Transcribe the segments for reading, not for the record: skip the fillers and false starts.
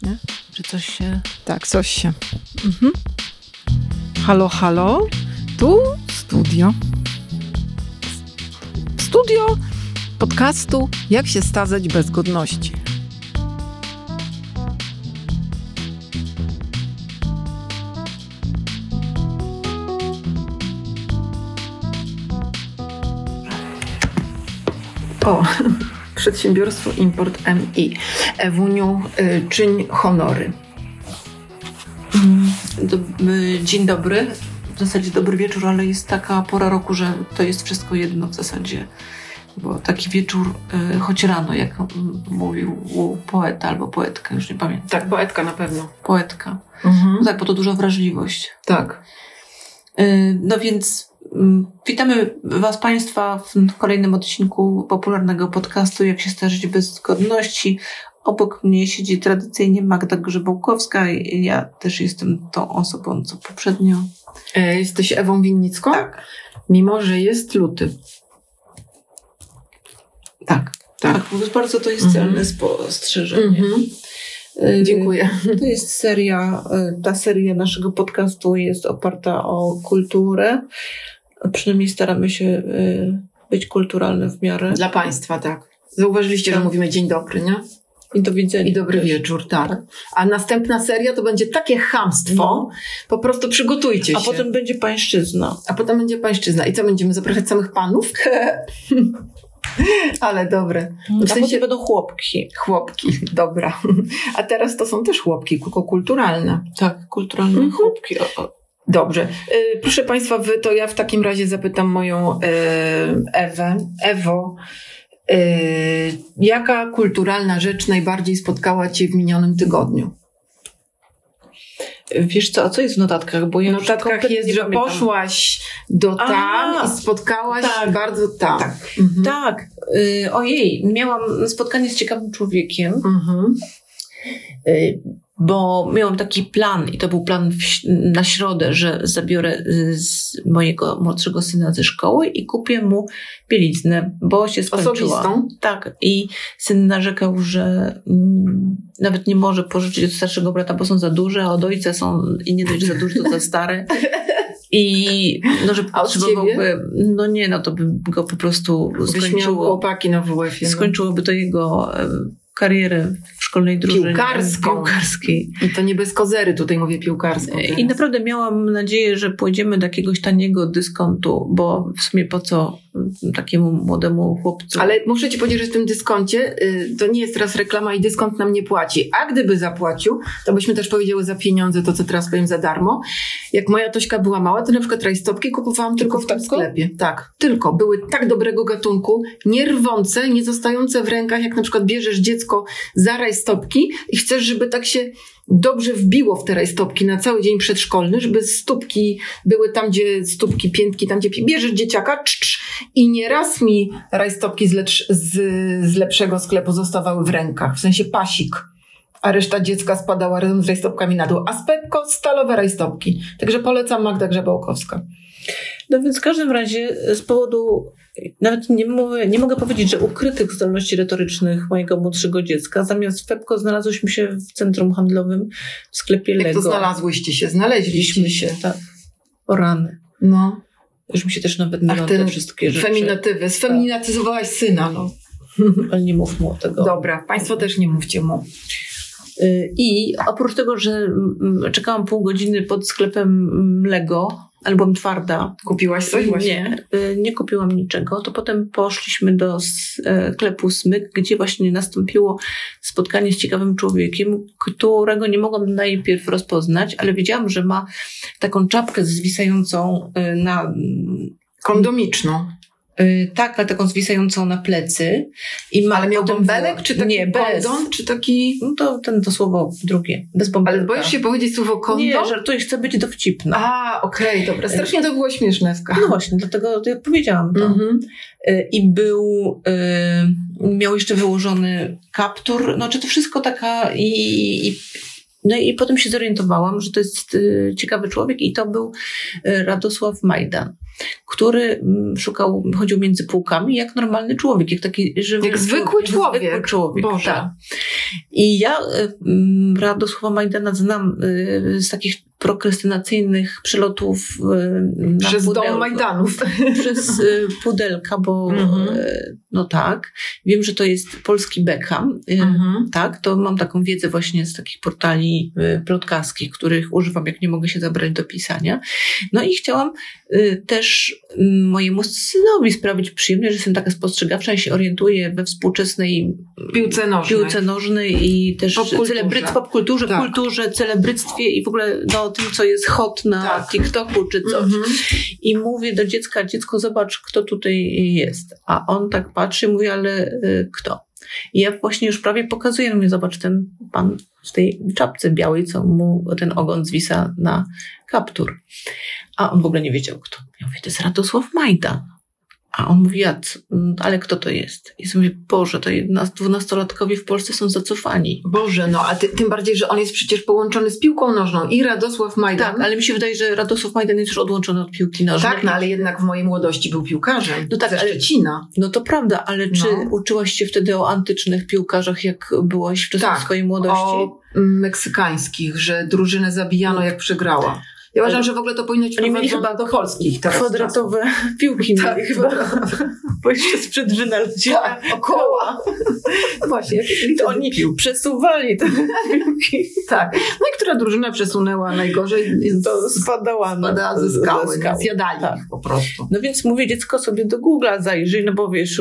nie? Czy coś się... Tak, coś się. Mhm. Halo, halo. Tu studio. Studio podcastu Jak się starzeć bez godności. O, przedsiębiorstwo Import MI. Ewuniu, czyń honory. Dzień dobry. W zasadzie dobry wieczór, ale jest taka pora roku, że to jest wszystko jedno w zasadzie. Bo taki wieczór, choć rano, jak mówił poeta albo poetka, już nie pamiętam. Tak, poetka na pewno. Poetka. Mhm. No tak, bo to duża wrażliwość. Tak. No więc witamy Was Państwa w kolejnym odcinku popularnego podcastu Jak się starzeć bez godności. Obok mnie siedzi tradycyjnie Magda Grzebołkowska. Ja też jestem tą osobą, co poprzednio. Jesteś Ewą Winnicką? Tak. Mimo, że jest luty. Tak. Bardzo to jest celne spostrzeżenie. Dziękuję. To jest seria, ta seria naszego podcastu jest oparta o kulturę. Przynajmniej staramy się być kulturalne w miarę. Dla Państwa, tak. Zauważyliście, że mówimy dzień dobry, nie? I do widzenia. I dobry wieczór, tak. A następna seria to będzie takie chamstwo. Po prostu przygotujcie się. A potem będzie pańszczyzna. I co, będziemy zapraszać samych panów? Ale dobre. W sensie będą chłopki. Chłopki, dobra. A teraz to są też chłopki, tylko kulturalne. Tak, kulturalne chłopki. Dobrze. Proszę Państwa, to ja w takim razie zapytam moją Ewo, jaka kulturalna rzecz najbardziej spotkała Cię w minionym tygodniu? Wiesz co, a co jest w notatkach? Bo ja w notatkach jest, że poszłaś do tam i spotkałaś bardzo tam. Tak. Tak. Ojej, miałam spotkanie z ciekawym człowiekiem. Bo miałam taki plan i to był plan na środę, że zabiorę z mojego młodszego syna ze szkoły i kupię mu bieliznę, bo się skończyła. Osobistą? Tak. I syn narzekał, że nawet nie może pożyczyć od starszego brata, bo są za duże, a od ojca są i nie dość, że za duże, to za stare. I że potrzebowałby, to by go po prostu skończyło. Chłopaki na WF-ie. Skończyłoby to jego karierę w szkolnej drużynie piłkarskiej. I to nie bez kozery, tutaj mówię piłkarską. I naprawdę miałam nadzieję, że pójdziemy do jakiegoś taniego dyskontu, bo w sumie po co takiemu młodemu chłopcu. Ale muszę Ci powiedzieć, że w tym dyskoncie to nie jest teraz reklama i dyskont nam nie płaci. A gdyby zapłacił, to byśmy też powiedziały za pieniądze to, co teraz powiem za darmo. Jak moja Tośka była mała, to na przykład rajstopki kupowałam tylko w tym sklepie. Tak, tylko. Były tak dobrego gatunku, nie rwące, nie zostające w rękach, jak na przykład bierzesz dziecko za rajstopki i chcesz, żeby tak się dobrze wbiło w te rajstopki na cały dzień przedszkolny, żeby stópki były tam, gdzie stópki, piętki, tam, gdzie bierzesz dzieciaka i nieraz mi rajstopki z lepszego sklepu zostawały w rękach, w sensie pasik, a reszta dziecka spadała razem z rajstopkami na dół. A z Pepko stalowe rajstopki. Także polecam, Magda Grzebołkowska. No więc w każdym razie z powodu, nawet nie mogę powiedzieć, że ukrytych zdolności retorycznych mojego młodszego dziecka, zamiast w Pepko znalazłyśmy się w centrum handlowym w sklepie Lego. Jak to znalazłyście się? Znaleźliśmy się. Tak. O rany. No. Już mi się też nawet mylą te wszystkie rzeczy. Feminatywy. Sfeminatyzowałaś syna, Ale nie mów mu tego. Dobra, Państwo też nie mówcie mu. I oprócz tego, że czekałam pół godziny pod sklepem Lego, album twarda. Kupiłaś coś właśnie? Nie kupiłam niczego. To potem poszliśmy do sklepu Smyk, gdzie właśnie nastąpiło spotkanie z ciekawym człowiekiem, którego nie mogłam najpierw rozpoznać, ale wiedziałam, że ma taką czapkę zwisającą na... Kondomiczną. Tak, ale taką zwisającą na plecy. Ale miał bąbelek, czy taki kondon, czy taki... No to słowo drugie, bez bąbelka. Ale boisz się powiedzieć słowo kondon? Nie, żartuję, chcę być dowcipna. Okej, dobra. Strasznie to było śmieszne, Ewka. No właśnie, dlatego ja powiedziałam to. I miał jeszcze wyłożony kaptur, czy to wszystko taka No i potem się zorientowałam, że to jest ciekawy człowiek i to był Radosław Majdan. chodził między półkami jak normalny człowiek, jak taki żywy jak zwykły człowiek. Boże. Tak. I ja Radosława Majdana znam z takich prokrastynacyjnych przelotów na przez pudelko. dom Majdanów. Przez pudelka, bo no tak. Wiem, że to jest polski Beckham. Tak, to mam taką wiedzę właśnie z takich portali plotkarskich, których używam, jak nie mogę się zabrać do pisania. No i chciałam też mojemu synowi sprawić przyjemność, że jestem taka spostrzegawcza i się orientuję we współczesnej piłce nożnej i też popkulturze, tak. kulturze, celebryctwie i w ogóle tym, co jest hot na TikToku czy coś. I mówię do dziecka, dziecko, zobacz, kto tutaj jest. A on tak patrzy i mówi, ale kto? I ja właśnie już prawie pokazuję, mówię, zobacz, ten pan w tej czapce białej, co mu ten ogon zwisa na kaptur. A on w ogóle nie wiedział, kto. Ja mówię, to jest Radosław Majdan. A on mówi, ale kto to jest? I sobie mówię, Boże, to 12-latkowie w Polsce są zacofani. Boże, a tym bardziej, że on jest przecież połączony z piłką nożną i Radosław Majdan. Tak, ale mi się wydaje, że Radosław Majdan jest już odłączony od piłki nożnej. Tak, ale jednak w mojej młodości był piłkarzem. No tak, ze Szczecina. No to prawda, ale czy uczyłaś się wtedy o antycznych piłkarzach, jak byłaś w czasach swojej młodości? O meksykańskich, że drużynę zabijano, jak przegrała. Ja uważam, że w ogóle to powinno być chyba do polskich kwadratowe piłki. Tak, bo jeszcze sprzed wynalezienia. Tak, około. Właśnie. To oni przesuwali te piłki. Tak. No i która drużyna przesunęła najgorzej, to spadała ze skały. Zjadali ich po prostu. No więc mówię, dziecko sobie do Google'a zajrzyj, no bo wiesz,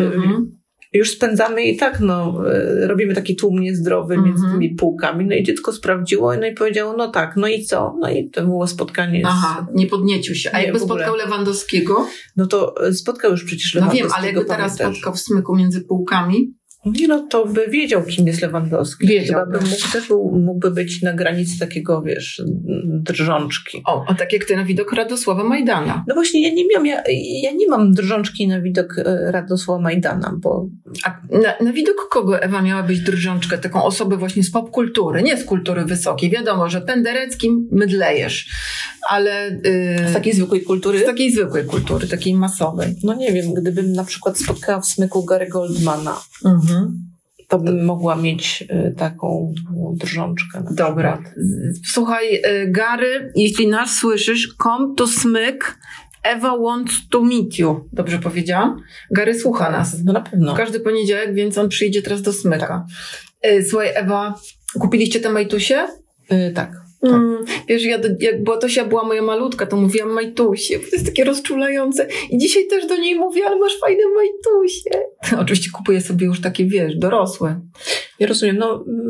już spędzamy i tak, robimy taki tłum niezdrowy między tymi półkami, no i dziecko sprawdziło, no i powiedziało, no tak, no i co? No i to było spotkanie nie podniecił się. A jakby spotkał Lewandowskiego? No to spotkał już przecież Lewandowskiego. No wiem, ale jakby teraz spotkał w smyku między półkami? Nie, to by wiedział, kim jest Lewandowski. Chyba mógłby być na granicy takiego, wiesz, drżączki. O, tak jak ty na widok Radosława Majdana. No właśnie, ja nie mam drżączki na widok Radosława Majdana, bo... A na widok kogo, Ewa, miała być drżączka? Taką osobę właśnie z popkultury, nie z kultury wysokiej. Wiadomo, że Pendereckim mydlejesz, ale... Z takiej zwykłej kultury? Z takiej zwykłej kultury, takiej masowej. No nie wiem, gdybym na przykład spotkała w smyku Gary'ego Oldmana, to bym mogła mieć taką drżączkę. Dobra. Słuchaj, Gary, jeśli nas słyszysz, come to smyk, Ewa wants to meet you. Dobrze powiedziałam? Gary słucha nas. No na pewno. Każdy poniedziałek, więc on przyjdzie teraz do smyka. Słuchaj, Ewa, kupiliście te majtusie? Tak. Wiesz, jak Tosia była moja malutka, to mówiłam majtusie, bo to jest takie rozczulające. I dzisiaj też do niej mówię, ale masz fajne majtusie. Oczywiście kupuję sobie już takie, wiesz, dorosłe. Ja rozumiem.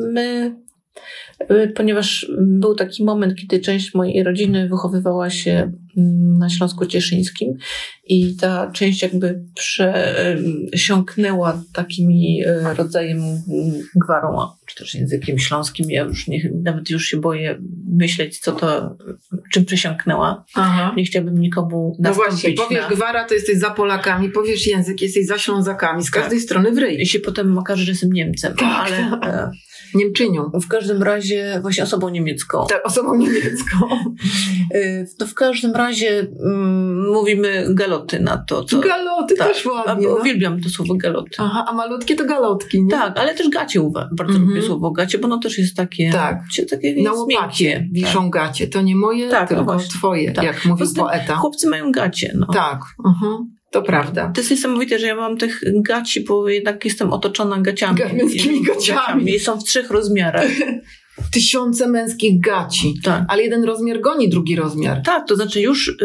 Ponieważ był taki moment, kiedy część mojej rodziny wychowywała się na Śląsku Cieszyńskim i ta część jakby przesiąknęła takimi rodzajem gwarą, czy też językiem śląskim. Ja już nawet się boję myśleć, czym przesiąknęła. Aha. Nie chciałabym nikomu nastąpić. No właśnie, powiesz gwara, to jesteś za Polakami, powiesz język, jesteś za Ślązakami, z każdej strony w ryj. I się potem okaże, że jestem Niemcem, ale... Niemczynią. W każdym razie właśnie osobą niemiecką. Tak, osobą niemiecką. To w każdym razie mówimy galoty na to. Galoty też ładnie. Uwielbiam to słowo galoty. Aha, a malutkie to galotki, nie? Tak, ale też gacie bardzo lubię słowo gacie, bo ono też jest takie... Tak. Takie na łopacie wiszą gacie. To nie moje, tylko twoje, jak mówił poeta. Chłopcy mają gacie. Tak. To prawda. To jest niesamowite, że ja mam tych gaci, bo jednak jestem otoczona gaciami. Męskimi gaciami. I są w 3 rozmiarach. 1000 męskich gaci. Tak. Ale jeden rozmiar goni drugi rozmiar. Tak, to znaczy już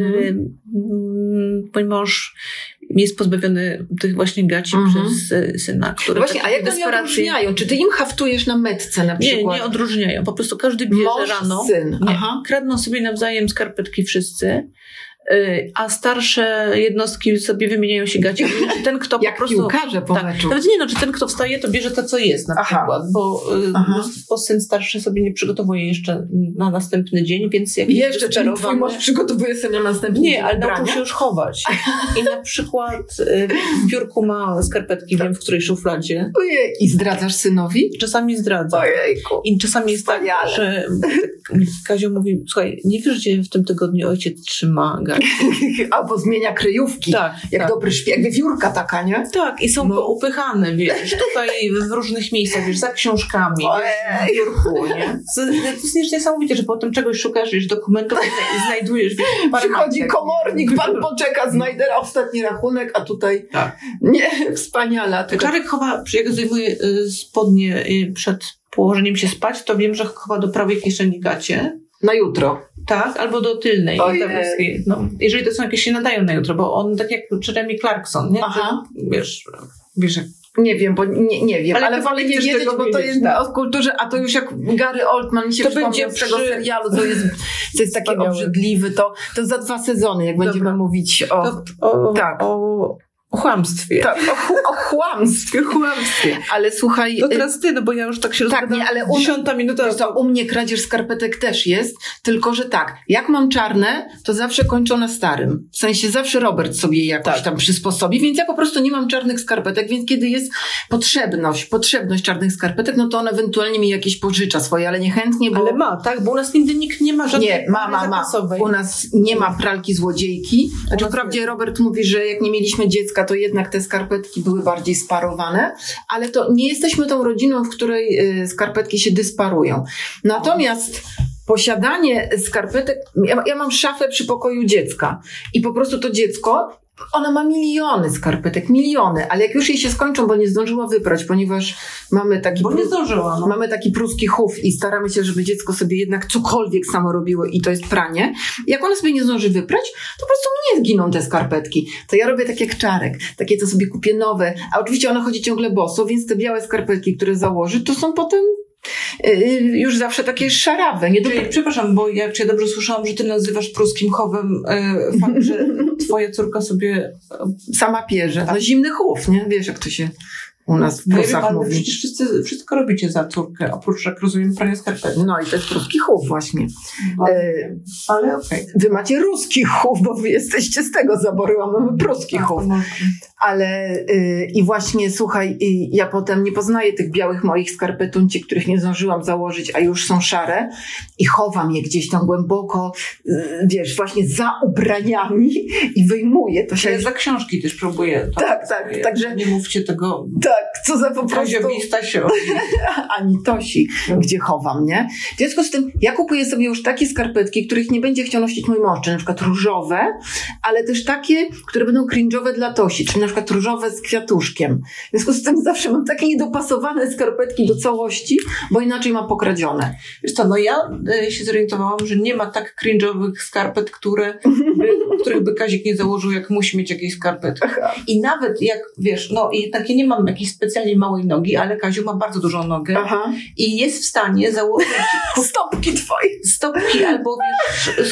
mój mąż jest pozbawiony tych właśnie gaci przez syna, który... Właśnie, a jak oni odróżniają? Czy ty im haftujesz na metce na przykład? Nie odróżniają. Po prostu każdy bierze rano. Syn. Kradną sobie nawzajem skarpetki wszyscy. A starsze jednostki sobie wymieniają się gacie. Ten, kto jak po prostu... piłkarze po meczu. Nawet czy ten, kto wstaje, to bierze to, co jest na przykład, bo syn starszy sobie nie przygotowuje jeszcze na następny dzień, więc jak jeszcze twój mąż przygotowuje sobie na następny dzień. Nie, ale nauczył się już chować. I na przykład w biurku ma skarpetki, wiem w której szufladzie. Ojej, i zdradzasz synowi? Czasami zdradzam. Ojejku. I czasami jest tak, że Kazio mówi, słuchaj, nie wiesz, gdzie w tym tygodniu ojciec trzyma gacie. Albo zmienia kryjówki. Tak, jak dobry jak wiewiórka taka, nie? Tak, i są upychane, wiesz, tutaj w różnych miejscach, wiesz, za książkami, wiesz, w biurku, nie? To jest niesamowite, że potem czegoś szukasz, wiesz, dokumentów i znajdujesz, wiesz, przychodzi komornik, pan poczeka, znajdę ostatni rachunek, a tutaj nie, wspaniale. Czarek chowa, jak zdejmuje spodnie przed położeniem się spać, to wiem, że chowa do prawej kieszeni gacie. Na jutro. Tak, albo do tylnej. No, jeżeli to są jakieś się nadają na jutro, bo on tak jak Jeremy Clarkson, nie? Aha. Wiesz jak... Nie wiem, bo nie wiem, ale wolę nie wiedzieć, bo to jest o kulturze, a to już jak Gary Oldman mi się przypomniał z tego serialu, co jest takie obrzydliwy, to za 2 sezony, jak będziemy mówić o kłamstwie. Tak, o kłamstwie. Ale słuchaj... No teraz ty, no bo ja już tak się rozgadam. Ale 10 minuta. U mnie kradzież skarpetek też jest, tylko że jak mam czarne, to zawsze kończą na starym. W sensie zawsze Robert sobie jakoś tam przysposobi, więc ja po prostu nie mam czarnych skarpetek, więc kiedy jest potrzebność czarnych skarpetek, no to on ewentualnie mi jakieś pożycza swoje, ale niechętnie, bo... Ale ma, tak? Bo u nas nigdy nikt nie ma żadnej zapasowej. U nas nie ma pralki złodziejki. Znaczy wprawdzie Robert mówi, że jak nie mieliśmy dziecka, to jednak te skarpetki były bardziej sparowane, ale to nie jesteśmy tą rodziną, w której skarpetki się dysparują. Natomiast posiadanie skarpetek... Ja mam szafę przy pokoju dziecka i po prostu to dziecko, ona ma miliony skarpetek, ale jak już jej się skończą, bo nie zdążyła wyprać, ponieważ mamy taki... Bo nie zdążyła. Mamy taki pruski chów i staramy się, żeby dziecko sobie jednak cokolwiek samo robiło i to jest pranie. Jak ona sobie nie zdąży wyprać, to po prostu mnie zginą te skarpetki. To ja robię tak jak Czarek, takie co sobie kupię nowe, a oczywiście ona chodzi ciągle boso, więc te białe skarpetki, które założy, to są potem już zawsze takie szarawe. Przepraszam, bo ja cię dobrze słyszałam, że ty nazywasz pruskim chowem fakt, że twoja córka sobie sama pierze. No zimny chów, nie? Wiesz, jak to się u nas w Prusach mówi. Przecież wszystko robicie za córkę, oprócz, jak rozumiem, prania skarpetek. No i to jest pruski chów właśnie. Ale okej. Wy macie ruski chów, bo wy jesteście z tego zaboru, a mamy pruski chów. Ale i właśnie, słuchaj, ja potem nie poznaję tych białych moich skarpetunci, których nie zdążyłam założyć, a już są szare i chowam je gdzieś tam głęboko, wiesz, właśnie za ubraniami i wyjmuję. To się za książki też próbuję. Tak. Także nie mówcie tego. Tak, co za po prostu... Ani Tosi, gdzie chowam, nie? W związku z tym ja kupuję sobie już takie skarpetki, których nie będzie chciał nosić mój mąż, czyli na przykład różowe, ale też takie, które będą cringe'owe dla Tosi, czyli na przykład różowe z kwiatuszkiem. W związku z tym zawsze mam takie niedopasowane skarpetki do całości, bo inaczej mam pokradzione. Wiesz co, no ja się zorientowałam, że nie ma tak cringe'owych skarpet, których by Kazik nie założył, jak musi mieć jakieś skarpetki. I nawet jak, wiesz, no i takie nie mam jakiejś specjalnie małej nogi, ale Kaziu ma bardzo dużą nogę i jest w stanie założyć stopki albo wiesz,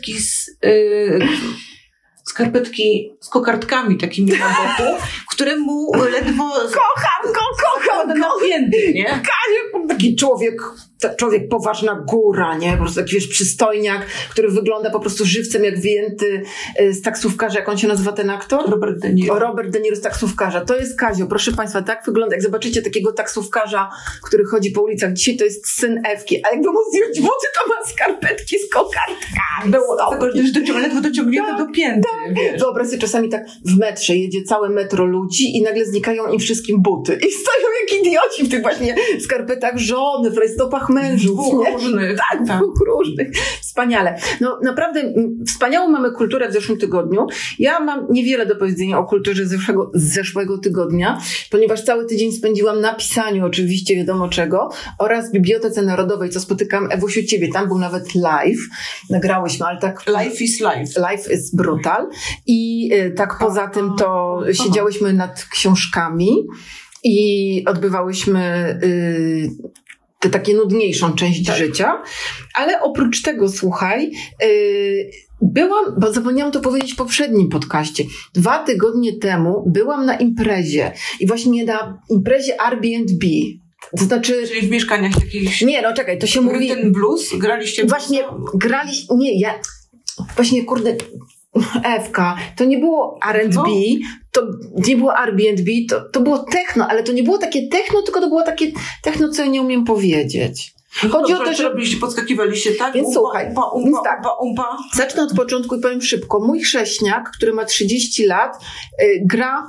skarpetki z kokardkami takimi na boku, które mu ledwo kocham napięty, nie? Kaziu, taki człowiek poważna góra, nie? Po prostu taki, wiesz, przystojniak, który wygląda po prostu żywcem jak wyjęty z taksówkarza. Jak on się nazywa, ten aktor? Robert De Niro. Robert De Niro z taksówkarza. To jest Kazio. Proszę Państwa, tak wygląda. Jak zobaczycie takiego taksówkarza, który chodzi po ulicach dzisiaj, to jest syn Ewki. A jakby mu zdjąć buty, to ma skarpetki z kokardkami. Ledwo dociągnięte do pięty. Tak. Wyobraź sobie, czasami tak w metrze jedzie całe metro ludzi i nagle znikają im wszystkim buty. I stoją jak idioci w tych właśnie skarpetach żony, w rajstopach mężów. Dwóch różnych. Tak, dwóch różnych. Wspaniale. No naprawdę wspaniałą mamy kulturę w zeszłym tygodniu. Ja mam niewiele do powiedzenia o kulturze z zeszłego tygodnia, ponieważ cały tydzień spędziłam na pisaniu oczywiście wiadomo czego oraz w Bibliotece Narodowej, co spotykam, Ewusiu, ciebie. Tam był nawet live. Nagrałyśmy, ale tak... Life is life. Life is brutal. I tak poza tym to siedziałyśmy nad książkami i odbywałyśmy tę takie nudniejszą część życia, ale oprócz tego, słuchaj, byłam, bo zapomniałam to powiedzieć w poprzednim podcaście, 2 tygodnie temu byłam na imprezie i właśnie na imprezie Airbnb. To znaczy... Czyli w mieszkaniach jakichś... Nie, no czekaj, to się mówi... Ten blues? Graliście właśnie, nie, ja... Właśnie, kurde... Ewka, to nie było R&B, to nie było Airbnb, to było techno, ale to nie było takie techno, tylko to było takie techno, co ja nie umiem powiedzieć. Chodzi o to, że robiliście, podskakiwaliście, tak? Więc słuchaj, umpa. Zacznę od początku i powiem szybko. Mój chrześniak, który ma 30 lat, gra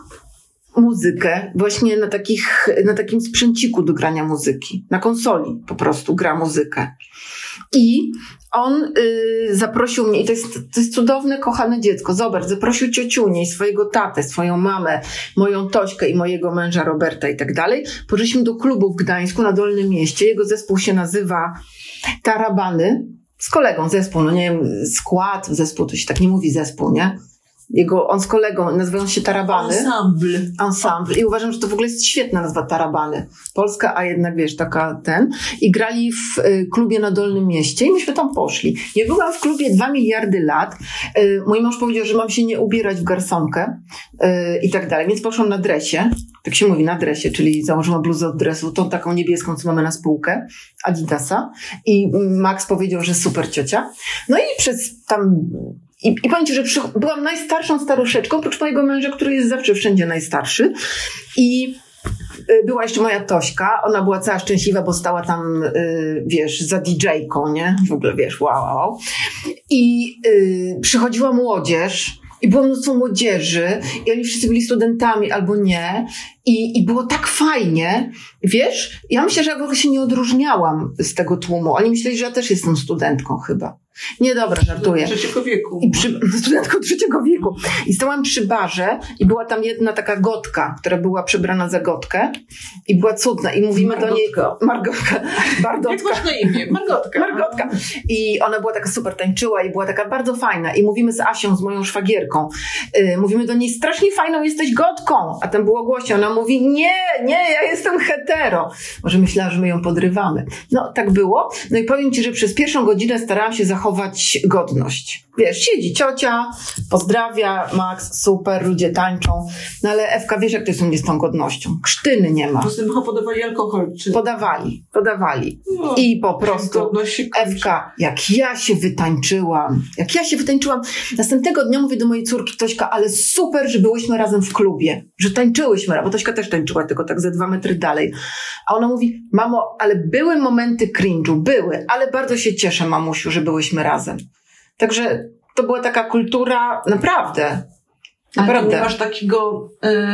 muzykę właśnie na takim sprzęciku do grania muzyki. Na konsoli po prostu gra muzykę. I on zaprosił mnie, i to jest cudowne, kochane dziecko. Zobacz, zaprosił ciociunię i swojego tatę, swoją mamę, moją Tośkę i mojego męża Roberta i tak dalej. Poszliśmy do klubu w Gdańsku na Dolnym Mieście. Jego zespół się nazywa Tarabany. Z kolegą zespół, no nie wiem, skład, zespół, to się tak nie mówi zespół, nie? On z kolegą, nazywają się Tarabany. Ensemble. I uważam, że to w ogóle jest świetna nazwa, Tarabany. Polska, a jednak wiesz, taka I grali w klubie na Dolnym Mieście i myśmy tam poszli. Ja byłam w klubie 2 miliardy lat. Mój mąż powiedział, że mam się nie ubierać w garsonkę i tak dalej. Więc poszłam na dresie. Tak się mówi, na dresie, czyli założyłam bluzę od dresu, tą taką niebieską, co mamy na spółkę, Adidasa. I Max powiedział, że super ciocia. No i przez tam... I powiem ci, że byłam najstarszą staruszeczką, oprócz mojego męża, który jest zawsze wszędzie najstarszy. I była jeszcze moja Tośka. Ona była cała szczęśliwa, bo stała tam, wiesz, za DJ-ką, nie? W ogóle, wiesz, wow. I przychodziła młodzież. I było mnóstwo młodzieży i oni wszyscy byli studentami albo nie. I było tak fajnie. Wiesz, ja myślę, że ja w ogóle się nie odróżniałam z tego tłumu. Oni myśleli, że ja też jestem studentką chyba. Nie, dobra, żartuję. Trzeciego wieku. Studentką trzeciego wieku. I stałam przy barze i była tam jedna taka gotka, która była przebrana za gotkę i była cudna. I mówimy do niej... Margotka. Bardotka. Jak masz na imię? Margotka. I ona była taka super, tańczyła i była taka bardzo fajna. I mówimy z Asią, z moją szwagierką. Mówimy do niej, strasznie fajną jesteś gotką. A tam było głośno. Ona mówi, nie, ja jestem hetero. Może myślała, że my ją podrywamy. No, tak było. No i powiem ci, że przez pierwszą godzinę starałam się zachować godność. Wiesz, siedzi ciocia, pozdrawia, Max, super, ludzie tańczą. No ale Ewka, wiesz, jak to jest z tą godnością? Krztyny nie ma. Po prostu chyba podawali alkohol. Czy... Podawali. No, i po prostu, Ewka, jak ja się wytańczyłam. Następnego dnia mówię do mojej córki, Tośka, ale super, że byłyśmy razem w klubie. Że tańczyłyśmy, bo Tośka też tańczyła, tylko tak ze 2 metry dalej. A ona mówi, mamo, ale były momenty cringe'u, ale bardzo się cieszę, mamusiu, że byłyśmy razem. Także to była taka kultura, naprawdę. Ale nie masz takiego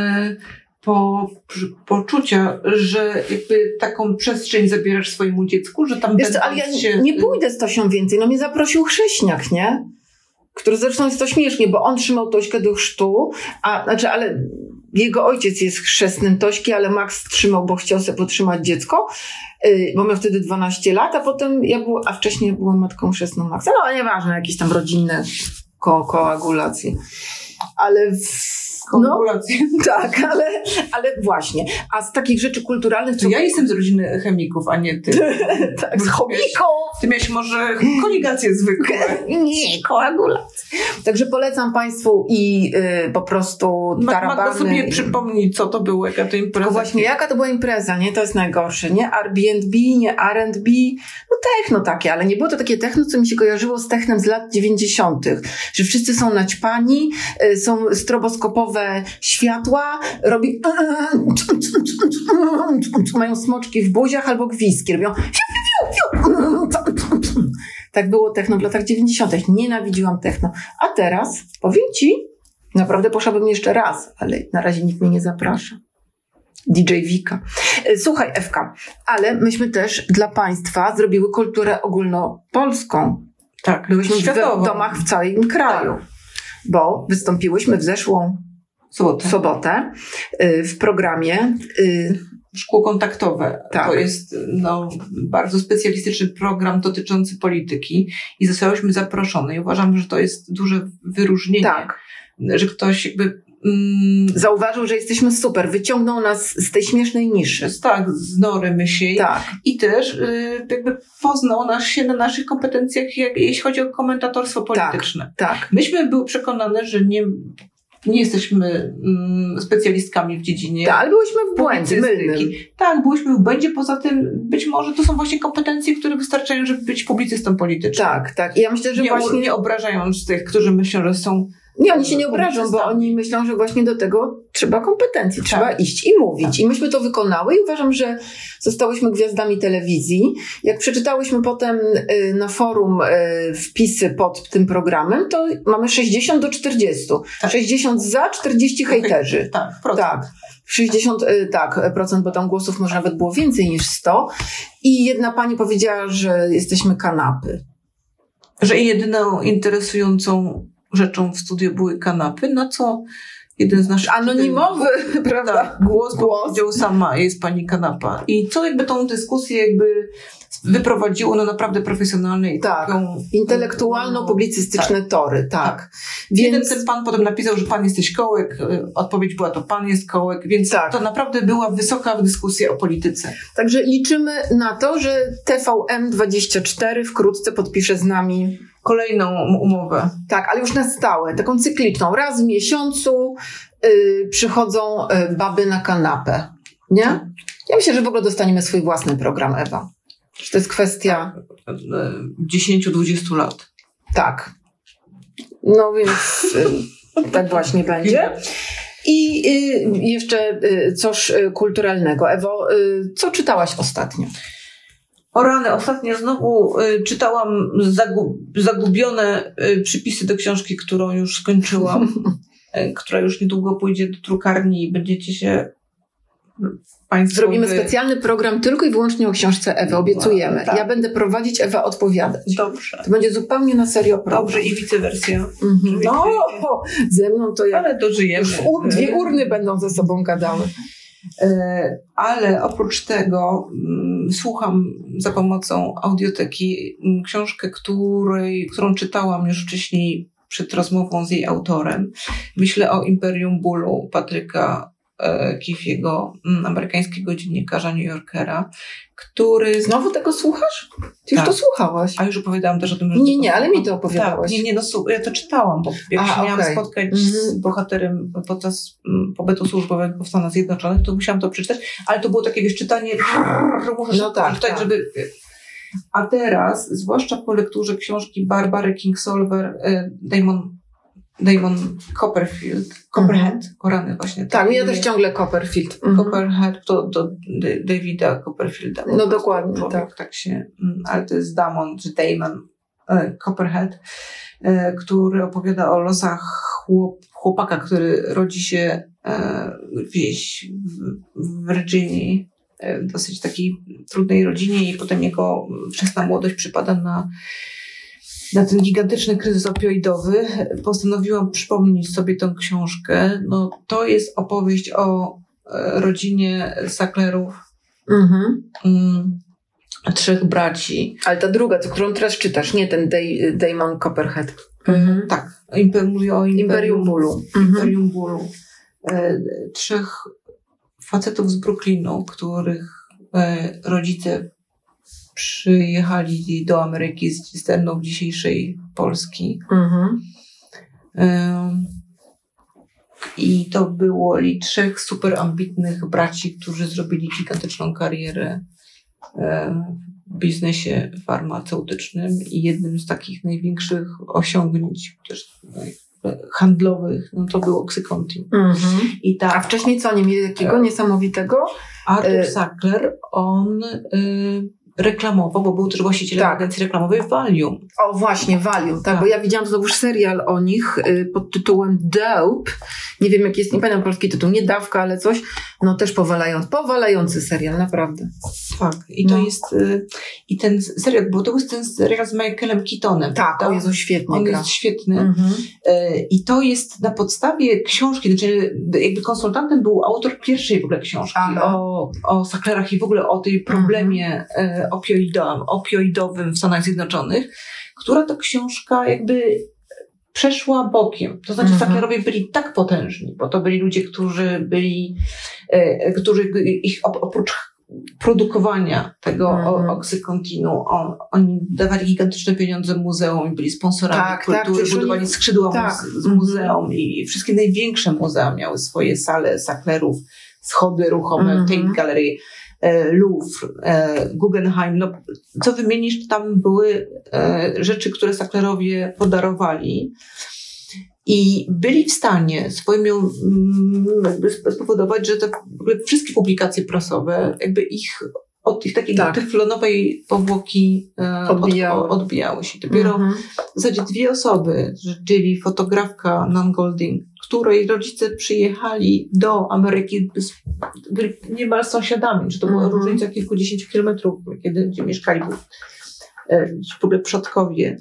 poczucia, że jakby taką przestrzeń zabierasz swojemu dziecku, że tam... Wiesz co, ale ja nie pójdę z Tosią więcej. No mnie zaprosił chrześniak, nie? Który zresztą jest to śmiesznie, bo on trzymał Tośkę do chrztu, ale jego ojciec jest chrzestnym Tośki, ale Max trzymał, bo chciał sobie podtrzymać dziecko, bo miał wtedy 12 lat, a wcześniej byłam matką chrzestną Maxa. No, nieważne, jakieś tam rodzinne koagulacje. Ale koagulacje. No, tak, ale właśnie. A z takich rzeczy kulturalnych... To ja jestem z rodziny chemików, a nie ty. Tak, z chomiką. Ty miałeś może koligacje zwykłe. Nie, koagulacje. Także polecam Państwu i po prostu tarabany. Magda sobie przypomnij, co to było, jaka to impreza. No właśnie, jaka to była impreza, nie? To jest najgorsze. Nie Airbnb, nie R&B. No techno takie, ale nie było to takie techno, co mi się kojarzyło z technem z lat 90. Że wszyscy są naćpani, są stroboskopowe światła, robi mają smoczki w buziach albo gwizdki, robią tak było techno w latach 90. Nienawidziłam techno. A teraz, powiem ci, naprawdę poszłabym jeszcze raz, ale na razie nikt mnie nie zaprasza. DJ Wika. Słuchaj, Ewka, ale myśmy też dla Państwa zrobiły kulturę ogólnopolską. Tak, byłyśmy w domach w całym kraju, bo wystąpiłyśmy w zeszłą sobotę w programie Szkło kontaktowe. Tak. To jest bardzo specjalistyczny program dotyczący polityki i zostałyśmy zaproszone. I uważam, że to jest duże wyróżnienie. Tak. Że ktoś jakby... zauważył, że jesteśmy super. Wyciągnął nas z tej śmiesznej niszy. Tak, z nory myśli. Tak. I też jakby poznał nas się na naszych kompetencjach, jeśli chodzi o komentatorstwo polityczne. Tak. Myśmy były przekonane, że nie jesteśmy specjalistkami w dziedzinie. Tak, ale byłyśmy w błędzie mylnym. Tak, byłyśmy w błędzie. Poza tym być może to są właśnie kompetencje, które wystarczają, żeby być publicystą politycznym. Tak. I ja myślę, że nie obrażając tych, którzy myślą, że są Nie, oni się nie obrażą, bo oni myślą, że właśnie do tego trzeba kompetencji, trzeba iść i mówić. I myśmy to wykonały i uważam, że zostałyśmy gwiazdami telewizji. Jak przeczytałyśmy potem na forum wpisy pod tym programem, to mamy 60 do 40. 60 za, 40 hejterzy. Tak. 60%, bo tam głosów może nawet było więcej niż 100. I jedna pani powiedziała, że jesteśmy kanapy. Że jedyną interesującą rzeczą w studiu były kanapy, na co jeden z naszych... Anonimowy, prawda? Głos powiedział sama, jest pani kanapa. I co jakby tą dyskusję wyprowadziło na naprawdę profesjonalne i taką... intelektualno-publicystyczne tory, tak. Więc ten pan potem napisał, że pan jesteś Kołek, odpowiedź była to pan jest Kołek, więc to naprawdę była wysoka dyskusja o polityce. Także liczymy na to, że TVN24 wkrótce podpisze z nami kolejną umowę. Tak, ale już na stałe, taką cykliczną. Raz w miesiącu przychodzą baby na kanapę, nie? Ja myślę, że w ogóle dostaniemy swój własny program, Ewa. To jest kwestia 10-20 lat. Tak. No więc tak właśnie będzie. I jeszcze coś kulturalnego. Ewo, co czytałaś ostatnio? O rany, ostatnio znowu czytałam zagubione przypisy do książki, którą już skończyłam, która już niedługo pójdzie do drukarni i będziecie się Państwo... Zrobimy specjalny program tylko i wyłącznie o książce Ewy, obiecujemy. Tak. Ja będę prowadzić, Ewa odpowiadać. Dobrze. To będzie zupełnie na serio program. Dobrze, i vice versa. No, ze mną to ja... Ale dożyjemy. Dwie urny będą ze sobą gadały. Ale oprócz tego słucham za pomocą audioteki książkę, którą czytałam już wcześniej przed rozmową z jej autorem. Myślę o Imperium Bólu Patryka Keefiego, amerykańskiego dziennikarza New Yorkera, który... Znowu tego słuchasz? Ty już to słuchałaś. A już opowiadałam też o tym, że... Nie, ale mi to opowiadałaś. Ja to czytałam, bo jak się miałam spotkać z bohaterem podczas pobytu służbowego w Stanach Zjednoczonych, to musiałam to przeczytać, ale to było takie, czytanie... czytać, żeby... A teraz, zwłaszcza po lekturze książki Barbary Kingsolver, Damon Copperhead, Korany właśnie. Tak, ja też ciągle Copperfield. Copperhead to do Davida Copperfielda. No dokładnie, tak się, ale to jest Damon Copperhead, który opowiada o losach chłopaka, który rodzi się wieś w Virginii, w dosyć takiej trudnej rodzinie i potem jego wczesna młodość przypada na ten gigantyczny kryzys opioidowy. Postanowiłam przypomnieć sobie tę książkę. No, to jest opowieść o rodzinie Sacklerów. 3 braci. Ale ta druga, którą teraz czytasz, nie ten Damon Copperhead. Tak. Mówię o Imperium Bólu. Imperium Bólu. 3 facetów z Brooklynu, których rodzice przyjechali do Ameryki z terenu dzisiejszej Polski. I to byli 3 super ambitnych braci, którzy zrobili gigantyczną karierę w biznesie farmaceutycznym i jednym z takich największych osiągnięć też handlowych, no to był Oxycontin. A wcześniej co oni mieli takiego niesamowitego? Arthur Sackler, on reklamował, bo był też właścicielem agencji reklamowej Valium. O właśnie, Valium, tak, bo ja widziałam to już serial o nich pod tytułem Dope. Nie wiem jaki jest, nie pamiętam polski tytuł, nie dawka, ale coś. No też powalający serial, naprawdę. Tak, i to jest i ten serial, bo to jest ten serial z Michaelem Keatonem. Tak, o Jezu, świetnie on jest świetny. I to jest na podstawie książki, znaczy jakby konsultantem był autor pierwszej w ogóle książki o Sacklerach i w ogóle o tej problemie opioidowym w Stanach Zjednoczonych, która to książka jakby przeszła bokiem. To znaczy Sacklerowie byli tak potężni, bo to byli ludzie, którzy ich oprócz produkowania tego Oxycontinu, oni dawali gigantyczne pieniądze muzeum i byli sponsorami kultury, budowali skrzydła z muzeum i wszystkie największe muzea miały swoje sale Sacklerów, schody ruchome, Tate Gallery, Louvre, Guggenheim, no co wymienisz, tam były rzeczy, które Sacklerowie podarowali. I byli w stanie spowodować, że wszystkie publikacje prasowe, jakby od ich takiej teflonowej powłoki odbijały się. Dopiero w zasadzie 2 osoby, czyli fotografka Nan Goldin, której rodzice przyjechali do Ameryki, byli niemal sąsiadami, że to była różnica kilkudziesięciu kilometrów, gdzie mieszkali w ogóle przodkowie.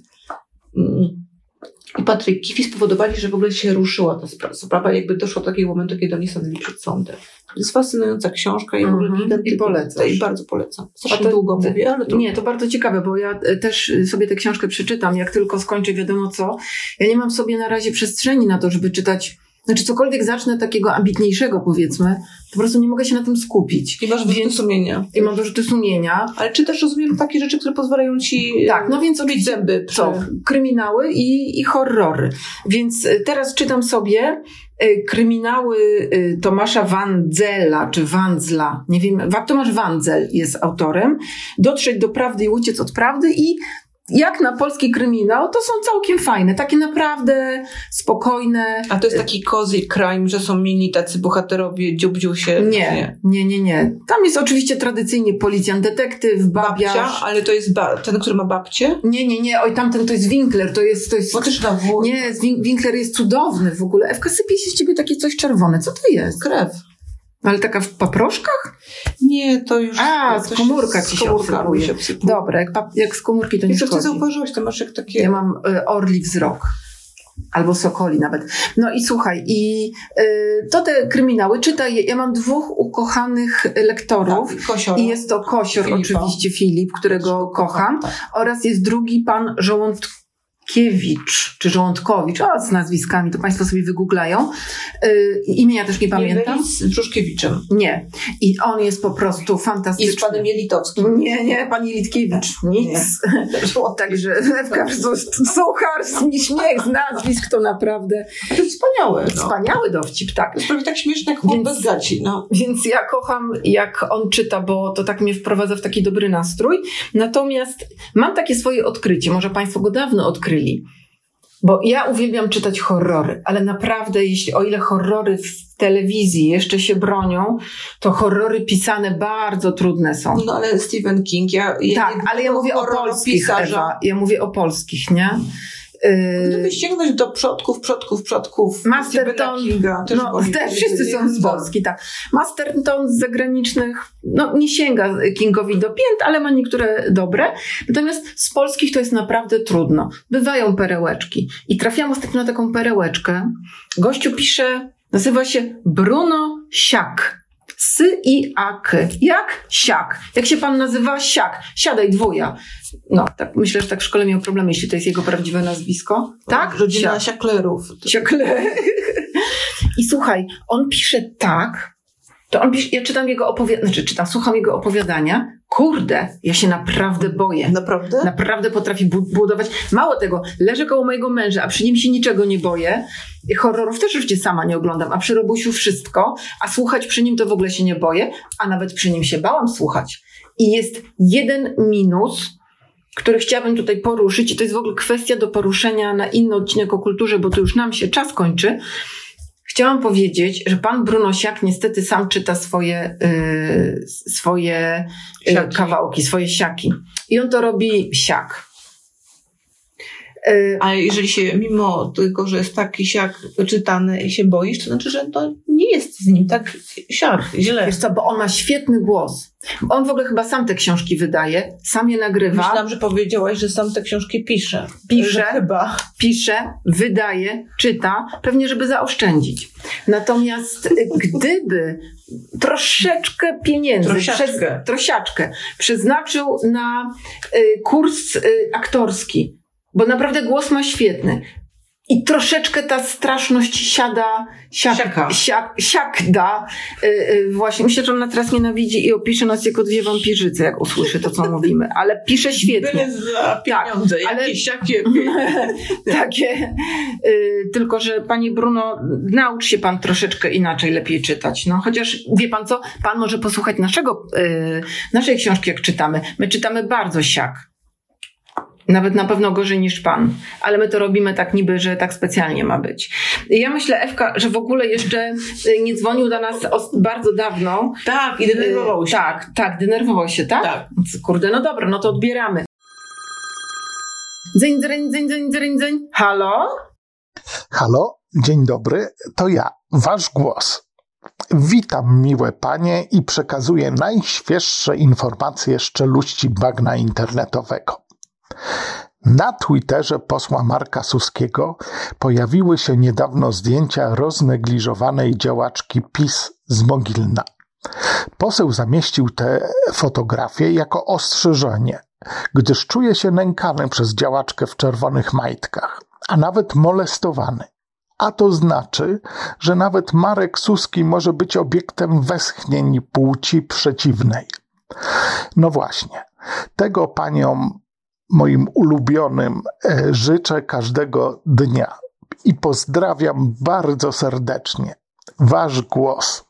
I Patrick Kiffey spowodowali, że w ogóle się ruszyła ta sprawa, jakby doszło do takiego momentu, kiedy oni stanęli przed sądem. To jest fascynująca książka i w ogóle I polecam. I bardzo polecam. Strasznie długo mówię, ale to... Nie, to bardzo ciekawe, bo ja też sobie tę książkę przeczytam, jak tylko skończę wiadomo co. Ja nie mam sobie na razie przestrzeni na to, żeby czytać, znaczy cokolwiek zacznę takiego ambitniejszego, powiedzmy, to po prostu nie mogę się na tym skupić. I masz wyrzuty sumienia. I mam wyrzuty sumienia. Ale czy też rozumiem takie rzeczy, które pozwalają ci więc mieć zęby? Kryminały i horrory. Więc teraz czytam sobie kryminały Tomasza Wandzela, czy Wandzla, nie wiem, Tomasz Wandzel jest autorem. Dotrzeć do prawdy i uciec od prawdy i jak na polski kryminał, to są całkiem fajne, takie naprawdę spokojne. A to jest taki cozy crime, że są mini tacy bohaterowie, dziubdziusie? Nie. Tam jest oczywiście tradycyjnie policjant, detektyw, babiarz. Babcia? Ale to jest ten, który ma babcię? Nie. Oj, tamten to jest Winkler, to jest... Bo też na Nie, Winkler jest cudowny w ogóle. Ewka, sypie się z ciebie takie coś czerwone. Co to jest? Krew. Ale taka w paproszkach? Nie, to już... z komórka ci się obsypuje. Dobra, jak z komórki to nie szkodzi. Ty zauważyłaś, to masz jak takie... Ja mam orli wzrok. Albo sokoli nawet. No i słuchaj, to te kryminały czytaj. Ja mam 2 ukochanych lektorów. I jest to Kosior, Filipa. Oczywiście Filip, którego kocham. Oraz jest drugi pan Żołądkiewicz, czy Żołądkowicz, z nazwiskami, to państwo sobie wygooglają. Imienia też nie pamiętam. Nie z Brzuszkiewiczem. Nie. I on jest po prostu fantastyczny. I z panem Jelitowskim. Nie, pan Jelitkiewicz. Nic. Także sucharski śmiech z nazwisk to naprawdę... To jest wspaniałe. Wspaniały dowcip, tak. To jest prawie tak śmieszne jak chłop bez gaci. Więc ja kocham, jak on czyta, bo to tak mnie wprowadza w taki dobry nastrój. Natomiast mam takie swoje odkrycie. Może państwo go dawno odkryli. Bo ja uwielbiam czytać horrory, ale naprawdę, o ile horrory w telewizji jeszcze się bronią, to horrory pisane bardzo trudne są. No ale Stephen King, ale ja mówię o polskich, Ewa. Ja mówię o polskich, nie? Gdyby sięgnąć do przodków Masterton, też wszyscy są z Polski, tak. Masterton z zagranicznych, nie sięga Kingowi do pięt, ale ma niektóre dobre. Natomiast z polskich to jest naprawdę trudno. Bywają perełeczki. I trafiłam ostatnio na taką perełeczkę. Gościu pisze, nazywa się Bruno Siak. Sy-i-a-k. Jak? Siak. Jak się pan nazywa? Siak. Siadaj, dwuja. Tak, myślę, że tak w szkole miał problem, jeśli to jest jego prawdziwe nazwisko. Tak? Rodzina Siaklerów. I słuchaj, on pisze tak, to on pisze, ja czytam jego słucham jego opowiadania. Kurde, ja się naprawdę boję. Naprawdę? Naprawdę potrafi budować. Mało tego, leżę koło mojego męża, a przy nim się niczego nie boję. Horrorów też oczywiście sama nie oglądam, a przy Robusiu wszystko, a słuchać przy nim to w ogóle się nie boję, a nawet przy nim się bałam słuchać. I jest jeden minus, który chciałabym tutaj poruszyć i to jest w ogóle kwestia do poruszenia na inny odcinek o kulturze, bo to już nam się czas kończy. Chciałam powiedzieć, że pan Bruno Siak niestety sam czyta swoje kawałki, swoje siaki. I on to robi siak. A jeżeli się mimo tego, że jest taki siak czytany i się boisz, to znaczy, że to nie jest z nim tak siak, źle. Wiesz co, bo on ma świetny głos. On w ogóle chyba sam te książki wydaje, sam je nagrywa. Myślałam, że powiedziałaś, że sam te książki pisze. Pisze, wydaje, czyta, pewnie żeby zaoszczędzić. Natomiast gdyby troszeczkę pieniędzy, trosiaczkę przeznaczył na kurs aktorski, bo naprawdę głos ma świetny. I troszeczkę ta straszność siakda. Właśnie myślę, że ona teraz nienawidzi i opisze nas jako 2 wampirzyce, jak usłyszy to, co mówimy. Ale pisze świetnie. Byle za pieniądze, jakieś takie. Tylko, że panie Bruno, naucz się pan troszeczkę inaczej, lepiej czytać. Chociaż wie pan co? Pan może posłuchać naszej książki, jak czytamy. My czytamy bardzo siak. Nawet na pewno gorzej niż pan. Ale my to robimy tak niby, że tak specjalnie ma być. Ja myślę, Ewka, że w ogóle jeszcze nie dzwonił do nas bardzo dawno. Tak, i denerwował się. Tak, denerwował się, tak? Tak. Kurde, no dobra, no to odbieramy. Dzyń. Halo? Halo, dzień dobry, to ja, wasz głos. Witam miłe panie i przekazuję najświeższe informacje z czeluści bagna internetowego. Na Twitterze posła Marka Suskiego pojawiły się niedawno zdjęcia roznegliżowanej działaczki PiS z Mogilna. Poseł zamieścił te fotografie jako ostrzeżenie, gdyż czuje się nękany przez działaczkę w czerwonych majtkach, a nawet molestowany. A to znaczy, że nawet Marek Suski może być obiektem westchnień płci przeciwnej. No właśnie, tego paniom moim ulubionym życzę każdego dnia i pozdrawiam bardzo serdecznie. Wasz głos.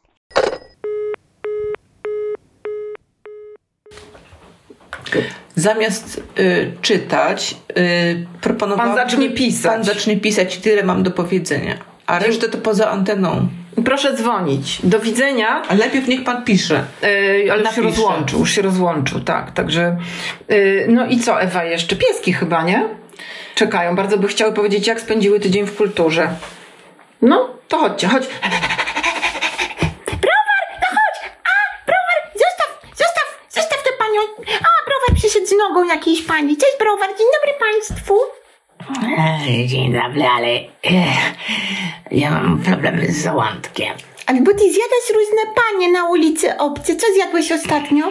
Zamiast czytać, proponowałabym... Pan zacznie pisać i tyle mam do powiedzenia. A resztę to poza anteną. Proszę dzwonić. Do widzenia. Ale najpierw niech pan pisze. Ale już się rozłączył, tak. Także, no i co, Ewa, jeszcze? Pieski chyba, nie? Czekają. Bardzo by chciały powiedzieć, jak spędziły tydzień w kulturze. No, to chodźcie, chodź. Zostaw tę panią. A, browar przyszedł z nogą jakiejś pani. Cześć, browar, dzień dobry państwu. Dzień dobry, ale ja mam problemy z żołądkiem. Ale bo ty zjadasz różne panie na ulicy obce. Co zjadłeś ostatnio?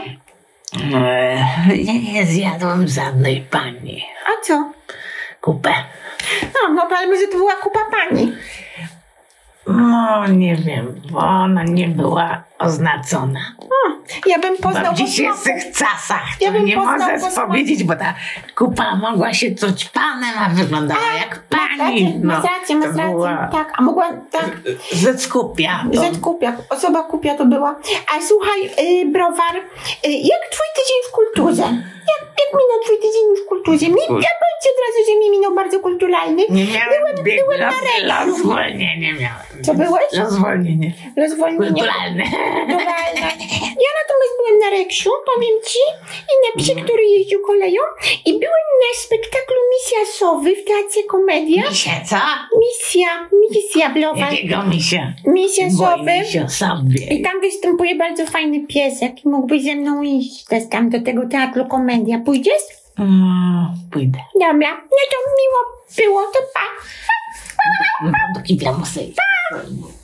Ja nie zjadłem żadnej pani. A co? Kupę. No, ale może to była kupa pani. No, nie wiem, bo ona nie była oznaczona. Ja bym poznał w dzisiejszych czasach ja bym nie możesz powiedzieć, bo ta kupa mogła się czuć panem, a wyglądała jak pani. Masz rację. Tak, a mogła... Tak. Rzecz kupia. Osoba kupia to była. A słuchaj, browar, jak twój tydzień w kulturze? Jak minął twój tydzień w kulturze? Ja powiem ci od razu, że mi minął bardzo kulturalny. Nie miałem byłem na rekciu. Zwolnienie miałem. Co byłeś? Rozwolnienie. Kulturalne. Ja natomiast byłem na reksiu, powiem ci, i na psie, który jeździł koleją, i byłem na spektaklu Misja Sowy w Teatrze Komedia. Misia, co? Misja Blowa. Jakiego misia? Misja Sowy. Misio sobie. I tam występuje bardzo fajny piesek i mógłbyś ze mną iść też tam do tego Teatru Komedia. Pójdziesz? Pójdę. Dobra, no to miło było, to pa. Do kibla muszę iść.